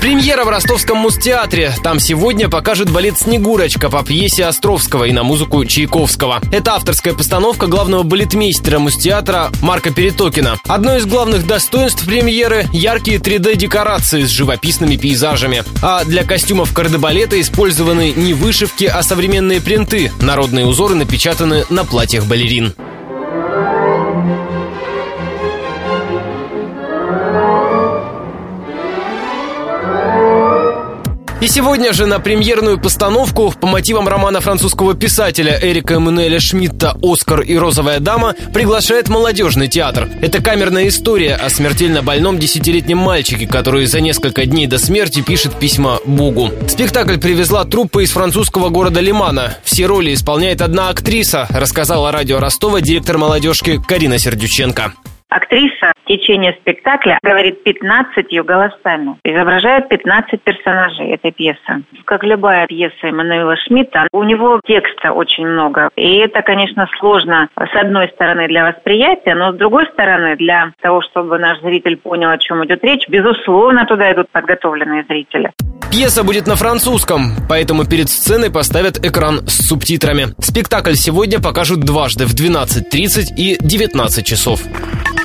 Премьера в Ростовском Муз-театре. Там сегодня покажут балет «Снегурочка» по пьесе Островского и на музыку Чайковского. Это авторская постановка главного балетмейстера Муз-театра Марка Перетокина. Одно из главных достоинств премьеры – яркие 3D-декорации с живописными пейзажами. А для костюмов кардебалета использованы не вышивки, а современные принты. Народные узоры напечатаны на платьях балерин. И сегодня же на премьерную постановку по мотивам романа французского писателя Эрика Эммануэля Шмидта «Оскар и розовая дама» приглашает молодежный театр. Это камерная история о смертельно больном 10-летнем мальчике, который за несколько дней до смерти пишет письма Богу. Спектакль привезла труппа из французского города Лимана. Все роли исполняет одна актриса, рассказала радио Ростова директор молодежки Карина Сердюченко. Актриса в течение спектакля говорит 15 голосами, изображает 15 персонажей этой пьесы. Как любая пьеса Эммануэля Шмидта, у него текста очень много. И это, конечно, сложно с одной стороны для восприятия, но с другой стороны для того, чтобы наш зритель понял, о чем идет речь, безусловно, туда идут подготовленные зрители. Пьеса будет на французском, поэтому перед сценой поставят экран с субтитрами. Спектакль сегодня покажут дважды в 12:30 и 19 часов.